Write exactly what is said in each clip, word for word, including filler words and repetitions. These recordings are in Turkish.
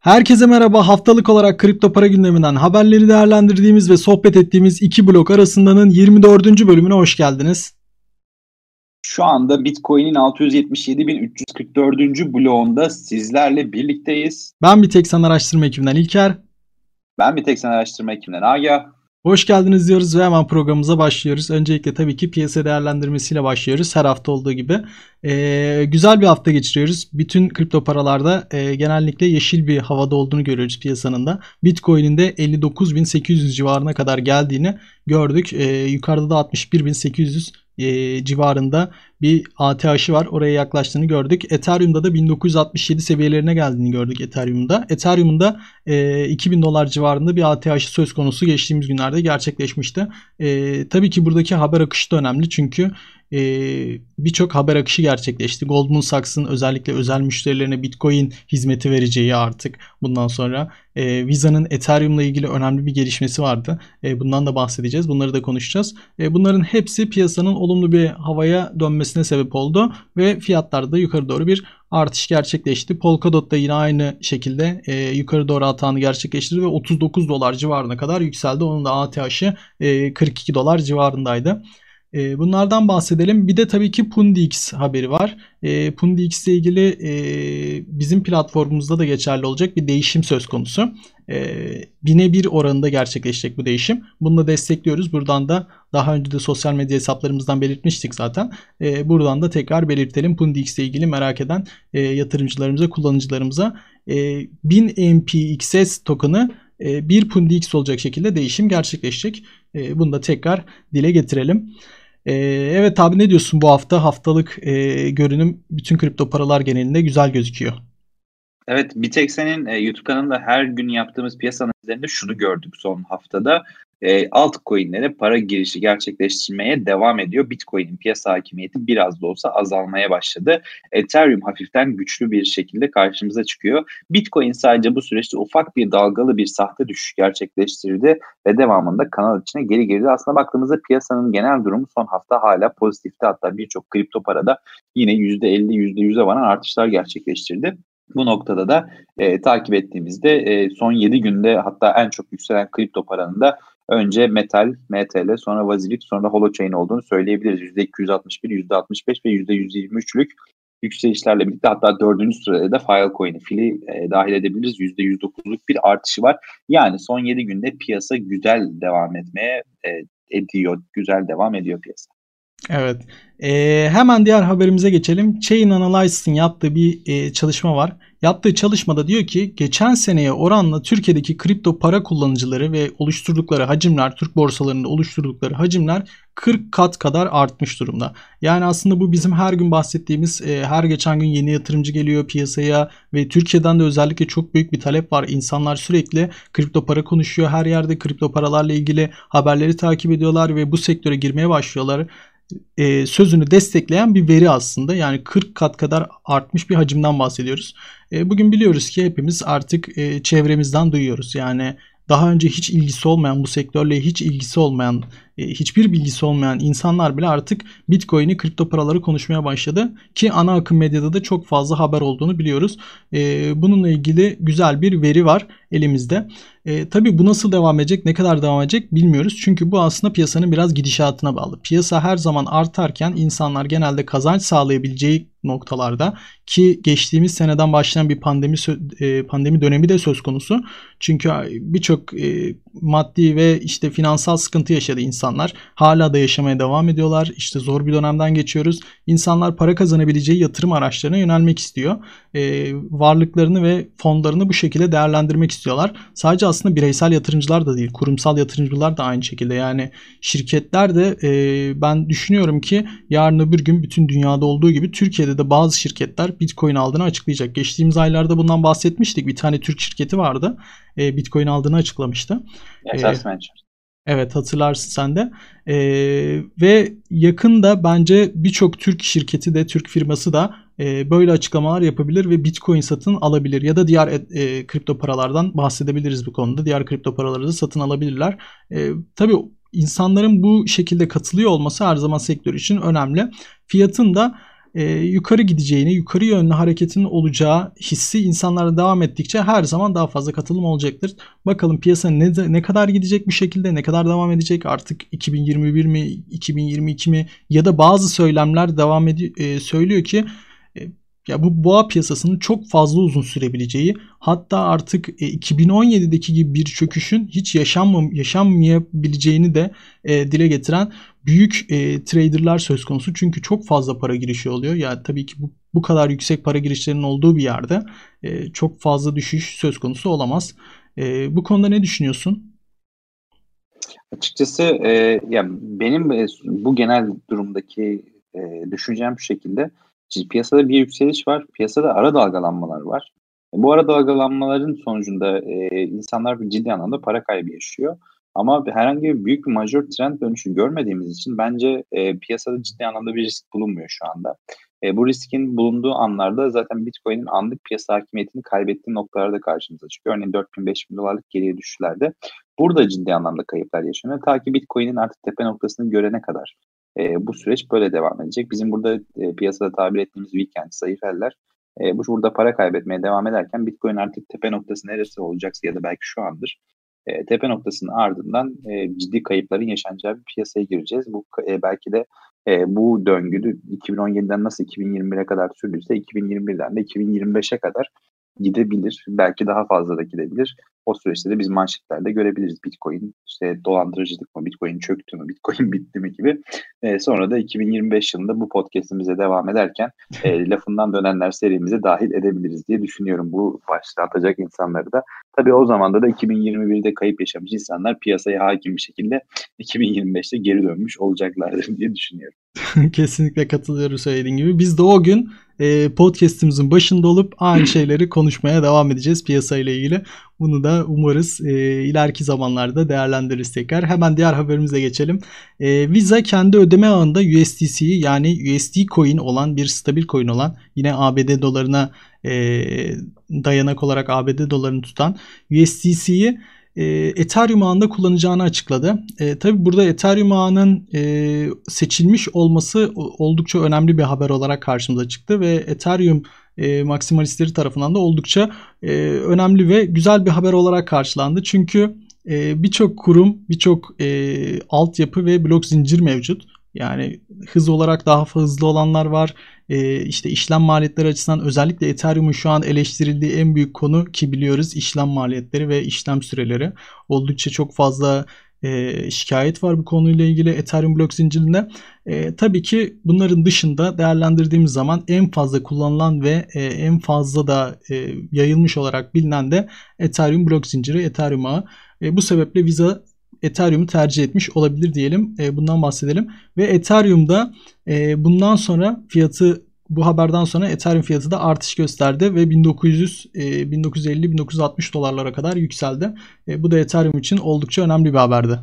Herkese merhaba. Haftalık olarak kripto para gündeminden haberleri değerlendirdiğimiz ve sohbet ettiğimiz iki blok arasındanın yirmi dördüncü bölümüne hoş geldiniz. Şu anda Bitcoin'in altı yüz yetmiş yedi bin üç yüz kırk dördüncü bloğunda sizlerle birlikteyiz. Ben bir tek sen araştırma ekibinden İlker. Ben bir tek sen araştırma ekibinden Agah. Hoş geldiniz diyoruz ve hemen programımıza başlıyoruz. Öncelikle tabii ki piyasa değerlendirmesiyle başlıyoruz. Her hafta olduğu gibi. Ee, güzel bir hafta geçiriyoruz. Bütün kripto paralarda e, genellikle yeşil bir havada olduğunu görüyoruz piyasanın da. Bitcoin'in de elli dokuz bin sekiz yüz civarına kadar geldiğini gördük. Ee, yukarıda da altmış bir bin sekiz yüz e, civarında bir A T H'ı var. Oraya yaklaştığını gördük. Ethereum'da da bin dokuz yüz altmış yedi seviyelerine geldiğini gördük Ethereum'da. Ethereum'un da e, iki bin dolar civarında bir A T H'ı söz konusu geçtiğimiz günlerde gerçekleşmişti. E, tabii ki buradaki haber akışı da önemli çünkü e, birçok haber akışı gerçekleşti. Goldman Sachs'ın özellikle özel müşterilerine Bitcoin hizmeti vereceği artık bundan sonra. E, Visa'nın Ethereum'la ilgili önemli bir gelişmesi vardı. E, bundan da bahsedeceğiz. Bunları da konuşacağız. E, bunların hepsi piyasanın olumlu bir havaya dönmesine sebep oldu ve fiyatlarda da yukarı doğru bir artış gerçekleşti. Polkadot da yine aynı şekilde e, yukarı doğru atağını gerçekleştirdi ve otuz dokuz dolar civarına kadar yükseldi. Onun da A T H'ı e, kırk iki dolar civarındaydı. E, bunlardan bahsedelim. Bir de tabii ki Pundix haberi var. E, Pundix ile ilgili e, bizim platformumuzda da geçerli olacak bir değişim söz konusu. E, bine bir oranında gerçekleşecek bu değişim. Bunu da destekliyoruz. Buradan da daha önce de sosyal medya hesaplarımızdan belirtmiştik zaten. E, buradan da tekrar belirtelim. Pundix ile ilgili merak eden e, yatırımcılarımıza, kullanıcılarımıza e, bin M P X S token'ı e, bir Pundix olacak şekilde değişim gerçekleşecek. E, bunu da tekrar dile getirelim. Ee, evet abi, ne diyorsun bu hafta? Haftalık e, görünüm bütün kripto paralar genelinde güzel gözüküyor. Evet, bir tek senin e, YouTube kanalında her gün yaptığımız piyasa analizlerinde şunu gördük son haftada. E, altcoin'lere para girişi gerçekleştirmeye devam ediyor. Bitcoin'in piyasa hakimiyeti biraz da olsa azalmaya başladı. Ethereum hafiften güçlü bir şekilde karşımıza çıkıyor. Bitcoin sadece bu süreçte ufak bir dalgalı bir sahte düşüş gerçekleştirdi ve devamında kanal içine geri girdi. Aslında baktığımızda piyasanın genel durumu son hafta hala pozitifti. Hatta birçok kripto parada yine yüzde elli yüzde yüze varan artışlar gerçekleştirdi. Bu noktada da e, takip ettiğimizde e, son yedi günde hatta en çok yükselen kripto paranın da önce Metal, M T L, sonra Vazilik, sonra Holochain olduğunu söyleyebiliriz. yüzde iki yüz altmış bir, yüzde altmış beş ve yüzde yüz yirmi üçlük yükselişlerle birlikte hatta dördüncü sırada da Filecoin'i fili e, dahil edebiliriz. yüzde yüz dokuzluk bir artışı var. Yani son yedi günde piyasa güzel devam etmeye e, ediyor. Güzel devam ediyor piyasa. Evet. Ee, hemen diğer haberimize geçelim. Chain Analysis'in yaptığı bir e, çalışma var. Yaptığı çalışmada diyor ki geçen seneye oranla Türkiye'deki kripto para kullanıcıları ve oluşturdukları hacimler, Türk borsalarında oluşturdukları hacimler kırk kat kadar artmış durumda. Yani aslında bu bizim her gün bahsettiğimiz, e, her geçen gün yeni yatırımcı geliyor piyasaya ve Türkiye'den de özellikle çok büyük bir talep var. İnsanlar sürekli kripto para konuşuyor. Her yerde kripto paralarla ilgili haberleri takip ediyorlar ve bu sektöre girmeye başlıyorlar. E, sözünü destekleyen bir veri aslında. Yani kırk kat kadar artmış bir hacimden bahsediyoruz. E, bugün biliyoruz ki hepimiz artık e, çevremizden duyuyoruz. Yani daha önce hiç ilgisi olmayan, bu sektörle hiç ilgisi olmayan, e, hiçbir bilgisi olmayan insanlar bile artık Bitcoin'i, kripto paraları konuşmaya başladı. Ki ana akım medyada da çok fazla haber olduğunu biliyoruz. E, bununla ilgili güzel bir veri var elimizde. E, tabii bu nasıl devam edecek, ne kadar devam edecek bilmiyoruz. Çünkü bu aslında piyasanın biraz gidişatına bağlı. Piyasa her zaman artarken insanlar genelde kazanç sağlayabileceği noktalarda, ki geçtiğimiz seneden başlayan bir pandemi pandemi dönemi de söz konusu. Çünkü birçok maddi ve işte finansal sıkıntı yaşadı insanlar. Hala da yaşamaya devam ediyorlar. İşte zor bir dönemden geçiyoruz. İnsanlar para kazanabileceği yatırım araçlarına yönelmek istiyor. Varlıklarını ve fonlarını bu şekilde değerlendirmek istiyorlar. Sadece aslında bireysel yatırımcılar da değil, kurumsal yatırımcılar da aynı şekilde. Yani şirketler de ben düşünüyorum ki yarın öbür gün bütün dünyada olduğu gibi Türkiye'de de bazı şirketler Bitcoin aldığını açıklayacak. Geçtiğimiz aylarda bundan bahsetmiştik. Bir tane Türk şirketi vardı. E, Bitcoin aldığını açıklamıştı. Esas e, Evet, hatırlarsın sen de. E, ve yakında bence birçok Türk şirketi de, Türk firması da e, böyle açıklamalar yapabilir ve Bitcoin satın alabilir. Ya da diğer e, kripto paralardan bahsedebiliriz bu konuda. Diğer kripto paraları da satın alabilirler. E, tabii insanların bu şekilde katılıyor olması her zaman sektör için önemli. Fiyatın da e, yukarı gideceğini, yukarı yönlü hareketin olacağı hissi insanlarda devam ettikçe her zaman daha fazla katılım olacaktır. Bakalım piyasa ne, ne kadar gidecek bu şekilde, ne kadar devam edecek, artık iki bin yirmi bir mi, iki bin yirmi iki mi, ya da bazı söylemler devam ediyor, e, söylüyor ki e, ya bu boğa piyasasının çok fazla uzun sürebileceği, hatta artık e, iki bin on yedideki gibi bir çöküşün hiç yaşanmam yaşanmayabileceğini de e, dile getiren büyük e, traderlar söz konusu. Çünkü çok fazla para girişi oluyor. Yani tabii ki bu, bu kadar yüksek para girişlerinin olduğu bir yerde e, çok fazla düşüş söz konusu olamaz. E, bu konuda ne düşünüyorsun? Açıkçası e, ya benim e, bu genel durumdaki e, düşüncem şu şekilde. Şimdi piyasada bir yükseliş var. Piyasada ara dalgalanmalar var. E, bu ara dalgalanmaların sonucunda e, insanlar bir ciddi anlamda para kaybı yaşıyor. Ama herhangi bir büyük bir majör trend dönüşü görmediğimiz için bence e, piyasada ciddi anlamda bir risk bulunmuyor şu anda. E, bu riskin bulunduğu anlarda zaten Bitcoin'in anlık piyasa hakimiyetini kaybettiği noktalarda karşımıza çıkıyor. Örneğin dört bin beş bin dolarlık geriye düşüşlerde burada ciddi anlamda kayıplar yaşanıyor. Ta ki Bitcoin'in artık tepe noktasını görene kadar e, bu süreç böyle devam edecek. Bizim burada e, piyasada tabir ettiğimiz weekend, zayıf eller e, bu burada para kaybetmeye devam ederken Bitcoin artık tepe noktası neresi olacaksa ya da belki şu andır. E, tepe noktasının ardından e, ciddi kayıpların yaşanacağı bir piyasaya gireceğiz. Bu e, belki de e, bu döngü iki bin on yediden nasıl iki bin yirmi bire kadar sürdüyse iki bin yirmi birden de iki bin yirmi beşe kadar gidebilir. Belki daha fazla da gidebilir. O süreçte de biz manşetlerde görebiliriz. Bitcoin işte dolandırıcılık mı, Bitcoin çöktü mü, Bitcoin bitti mi gibi. E, sonra da iki bin yirmi beş yılında bu podcastimize devam ederken e, lafından dönenler serimize dahil edebiliriz diye düşünüyorum bu başlığı atacak insanları da. Tabii o zamanda da iki bin yirmi birde kayıp yaşamış insanlar piyasaya hakim bir şekilde iki bin yirmi beşte geri dönmüş olacaklardır diye düşünüyorum. Kesinlikle katılıyorum söylediğin gibi. Biz de o gün e, podcast'imizin başında olup aynı şeyleri konuşmaya devam edeceğiz piyasayla ilgili. Bunu da umarız e, ileriki zamanlarda değerlendiririz tekrar. Hemen diğer haberimize geçelim. E, Visa kendi ödeme ağında U S D C'yi, yani U S D coin olan bir stabil coin olan, yine A B D dolarına e, dayanak olarak A B D dolarını tutan U S D C'yi E, Ethereum ağında kullanacağını açıkladı. E, tabii burada Ethereum ağının e, seçilmiş olması oldukça önemli bir haber olarak karşımıza çıktı ve Ethereum e, maksimalistleri tarafından da oldukça e, önemli ve güzel bir haber olarak karşılandı. Çünkü e, birçok kurum, birçok e, altyapı ve blok zincir mevcut. Yani hız olarak daha hızlı olanlar var. Ee, işte işlem maliyetleri açısından özellikle Ethereum'un şu an eleştirildiği en büyük konu ki biliyoruz işlem maliyetleri ve işlem süreleri. Oldukça çok fazla e, şikayet var bu konuyla ilgili Ethereum blok zincirinde. E, tabii ki bunların dışında değerlendirdiğimiz zaman en fazla kullanılan ve e, en fazla da e, yayılmış olarak bilinen de Ethereum blok zinciri, Ethereum ağı. E, bu sebeple Visa Ethereum'u tercih etmiş olabilir diyelim. E, bundan bahsedelim. Ve Ethereum'da e, bundan sonra fiyatı, bu haberden sonra Ethereum fiyatı da artış gösterdi ve bin dokuz yüz, e, bin dokuz yüz elli bin dokuz yüz altmış dolarlara kadar yükseldi. E, bu da Ethereum için oldukça önemli bir haberdi.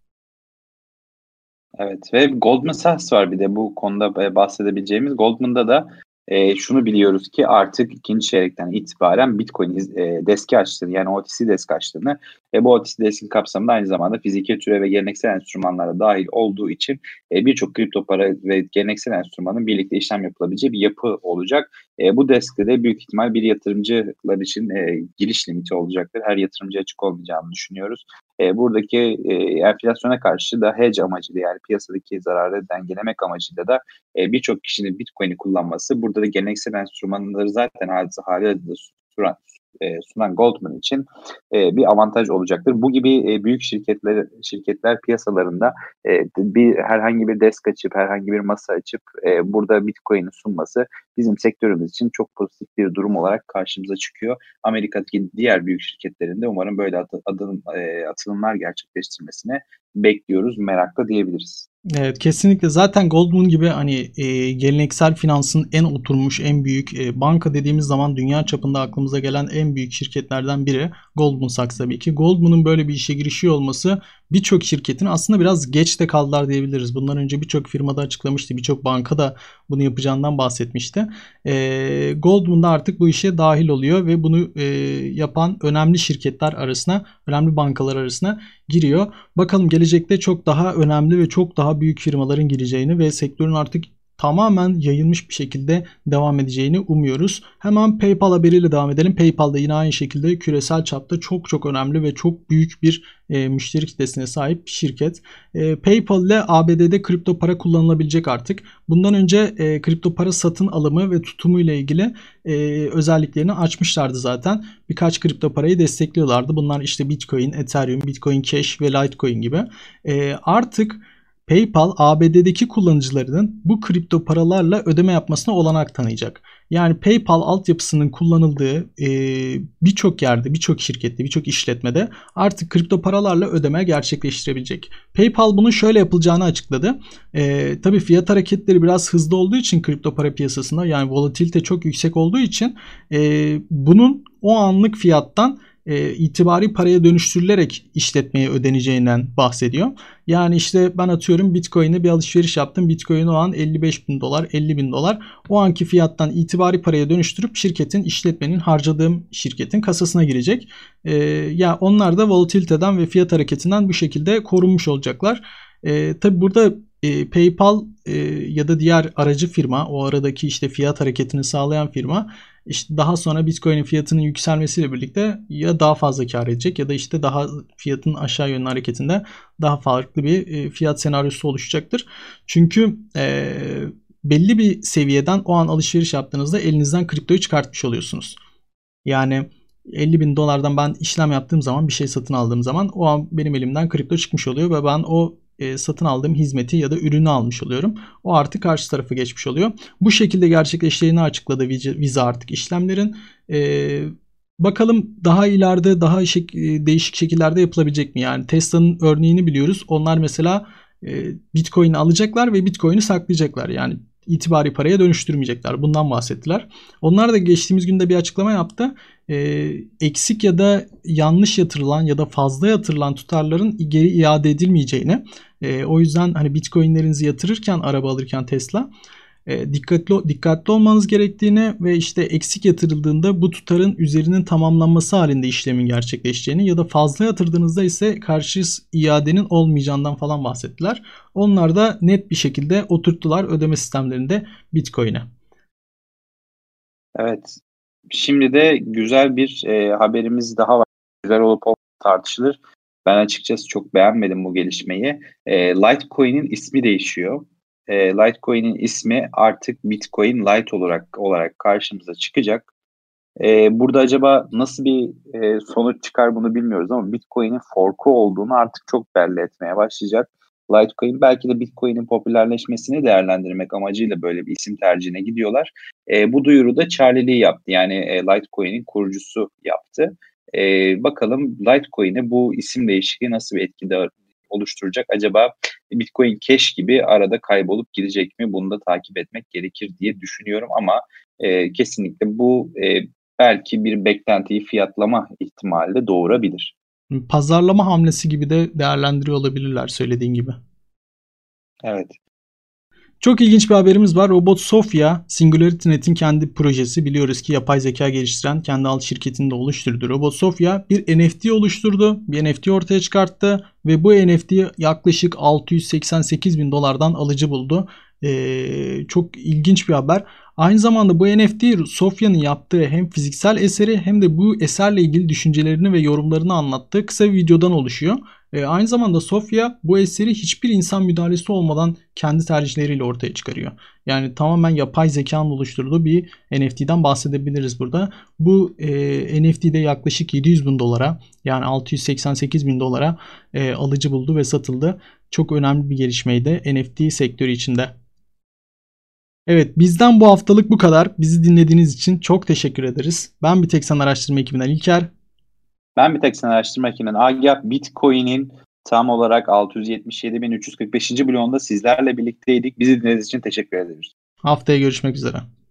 Evet ve Goldman Sachs var bir de bu konuda bahsedebileceğimiz. Goldman'da da e, şunu biliyoruz ki artık ikinci çeyrekten itibaren Bitcoin e, deski açtığını, yani O T C deski açtığını ve bu O T C deski kapsamında aynı zamanda fiziki türev ve geleneksel enstrümanlara dahil olduğu için e, birçok kripto para ve geleneksel enstrümanın birlikte işlem yapılabileceği bir yapı olacak. E, bu deskte de büyük ihtimal bir yatırımcılar için e, giriş limiti olacaktır. Her yatırımcı açık olmayacağını düşünüyoruz. E, buradaki e, enflasyona karşı da hedge amacıyla, yani piyasadaki zararı dengelemek amacıyla da e, birçok kişinin Bitcoin'i kullanması, burada da geleneksel enstrümanları zaten halihazırda sunan, e, sunan Goldman için e, bir avantaj olacaktır. Bu gibi e, büyük şirketler şirketler piyasalarında e, bir herhangi bir desk açıp, herhangi bir masa açıp e, burada Bitcoin'i sunması bizim sektörümüz için çok pozitif bir durum olarak karşımıza çıkıyor. Amerika'daki diğer büyük şirketlerinde umarım böyle at- adım, e, atılımlar gerçekleştirmesine bekliyoruz, merakla diyebiliriz. Evet, kesinlikle. Zaten Goldman gibi hani e, geleneksel finansın en oturmuş, en büyük e, banka dediğimiz zaman dünya çapında aklımıza gelen en büyük şirketlerden biri Goldman Sachs tabii ki. Goldman'ın böyle bir işe girişiyor olması birçok şirketin aslında biraz geç de kaldılar diyebiliriz. Bundan önce birçok firmada açıklamıştı. Birçok banka da bunu yapacağından bahsetmişti. E, Goldman da artık bu işe dahil oluyor ve bunu e, yapan önemli şirketler arasına, önemli bankalar arasına giriyor. Bakalım gelecekte çok daha önemli ve çok daha büyük firmaların gireceğini ve sektörün artık tamamen yayılmış bir şekilde devam edeceğini umuyoruz. Hemen PayPal haberiyle devam edelim. PayPal da yine aynı şekilde küresel çapta çok çok önemli ve çok büyük bir e, müşteri kitlesine sahip bir şirket. E, PayPal ile A B D'de kripto para kullanılabilecek artık. Bundan önce e, kripto para satın alımı ve tutumu ile ilgili e, özelliklerini açmışlardı zaten. Birkaç kripto parayı destekliyorlardı. Bunlar işte Bitcoin, Ethereum, Bitcoin Cash ve Litecoin gibi. E, artık PayPal A B D'deki kullanıcılarının bu kripto paralarla ödeme yapmasına olanak tanıyacak. Yani PayPal altyapısının kullanıldığı e, birçok yerde, birçok şirkette, birçok işletmede artık kripto paralarla ödeme gerçekleştirebilecek. PayPal bunu şöyle yapılacağını açıkladı. E, tabii fiyat hareketleri biraz hızlı olduğu için kripto para piyasasında, yani volatilite çok yüksek olduğu için e, bunun o anlık fiyattan E, itibari paraya dönüştürülerek işletmeye ödeneceğinden bahsediyor. Yani işte ben atıyorum Bitcoin'e bir alışveriş yaptım. Bitcoin o an elli beş bin dolar, elli bin dolar. O anki fiyattan itibari paraya dönüştürüp şirketin, işletmenin, harcadığım şirketin kasasına girecek. E, ya yani onlar da volatiliteden ve fiyat hareketinden bu şekilde korunmuş olacaklar. E, tabi burada e, PayPal e, ya da diğer aracı firma, o aradaki işte fiyat hareketini sağlayan firma, İşte daha sonra Bitcoin'in fiyatının yükselmesiyle birlikte ya daha fazla kar edecek ya da işte daha fiyatın aşağı yönlü hareketinde daha farklı bir fiyat senaryosu oluşacaktır. Çünkü e, belli bir seviyeden o an alışveriş yaptığınızda elinizden kriptoyu çıkartmış oluyorsunuz. Yani elli bin dolardan ben işlem yaptığım zaman, bir şey satın aldığım zaman o an benim elimden kripto çıkmış oluyor ve ben o e, satın aldığım hizmeti ya da ürünü almış oluyorum. O artık karşı tarafa geçmiş oluyor. Bu şekilde gerçekleştiğini açıkladı Visa artık işlemlerin. E, bakalım daha ileride daha şek- değişik şekillerde yapılabilecek mi? Yani Tesla'nın örneğini biliyoruz. Onlar mesela e, Bitcoin'i alacaklar ve Bitcoin'i saklayacaklar. Yani itibari paraya dönüştürmeyecekler. Bundan bahsettiler. Onlar da geçtiğimiz günde bir açıklama yaptı. E, eksik ya da yanlış yatırılan ya da fazla yatırılan tutarların geri iade edilmeyeceğini, e, o yüzden hani Bitcoin'lerinizi yatırırken, araba alırken Tesla, e, dikkatli dikkatli olmanız gerektiğini ve işte eksik yatırıldığında bu tutarın üzerinin tamamlanması halinde işlemin gerçekleşeceğini ya da fazla yatırdığınızda ise karşı iadenin olmayacağından falan bahsettiler. Onlar da net bir şekilde oturttular ödeme sistemlerinde Bitcoin'e. Evet. Şimdi de güzel bir e, haberimiz daha var. Güzel olup olmadığı tartışılır. Ben açıkçası çok beğenmedim bu gelişmeyi. E, Litecoin'in ismi değişiyor. E, Litecoin'in ismi artık Bitcoin Lite olarak olarak karşımıza çıkacak. E, burada acaba nasıl bir e, sonuç çıkar bunu bilmiyoruz ama Bitcoin'in fork'u olduğunu artık çok belli etmeye başlayacak. Litecoin belki de Bitcoin'in popülerleşmesini değerlendirmek amacıyla böyle bir isim tercihine gidiyorlar. E, bu duyuru da Charlie Lee yaptı. Yani e, Litecoin'in kurucusu yaptı. E, bakalım Litecoin'e bu isim değişikliği nasıl bir etki de oluşturacak? Acaba Bitcoin Cash gibi arada kaybolup gidecek mi? Bunu da takip etmek gerekir diye düşünüyorum ama e, kesinlikle bu e, belki bir beklentiyi fiyatlama ihtimali de doğurabilir. Pazarlama hamlesi gibi de değerlendiriyor olabilirler söylediğin gibi. Evet. Çok ilginç bir haberimiz var. Robot Sofia, SingularityNet'in kendi projesi. Biliyoruz ki yapay zeka geliştiren kendi alt şirketini de oluşturdu. Robot Sofia bir N F T oluşturdu. Bir N F T ortaya çıkarttı. Ve bu N F T yaklaşık altı yüz seksen sekiz bin dolardan alıcı buldu. Ee, çok ilginç bir haber. Aynı zamanda bu N F T Sofia'nın yaptığı hem fiziksel eseri hem de bu eserle ilgili düşüncelerini ve yorumlarını anlattığı kısa bir videodan oluşuyor. E, aynı zamanda Sofia bu eseri hiçbir insan müdahalesi olmadan kendi tercihleriyle ortaya çıkarıyor. Yani tamamen yapay zekanın oluşturduğu bir N F T'den bahsedebiliriz burada. Bu e, N F T'de yaklaşık yedi yüz bin dolara, yani altı yüz seksen sekiz bin dolara e, alıcı buldu ve satıldı. Çok önemli bir gelişmeydi N F T sektörü içinde. Evet, bizden bu haftalık bu kadar. Bizi dinlediğiniz için çok teşekkür ederiz. Ben Bir Tek Sen Araştırma ekibinden İlker. Ben Bir Tek Sen Araştırma ekibinden Agah. Bitcoin'in tam olarak altı yüz yetmiş yedi bin üç yüz kırk beşinci bloğunda sizlerle birlikteydik. Bizi dinlediğiniz için teşekkür ederiz. Haftaya görüşmek üzere.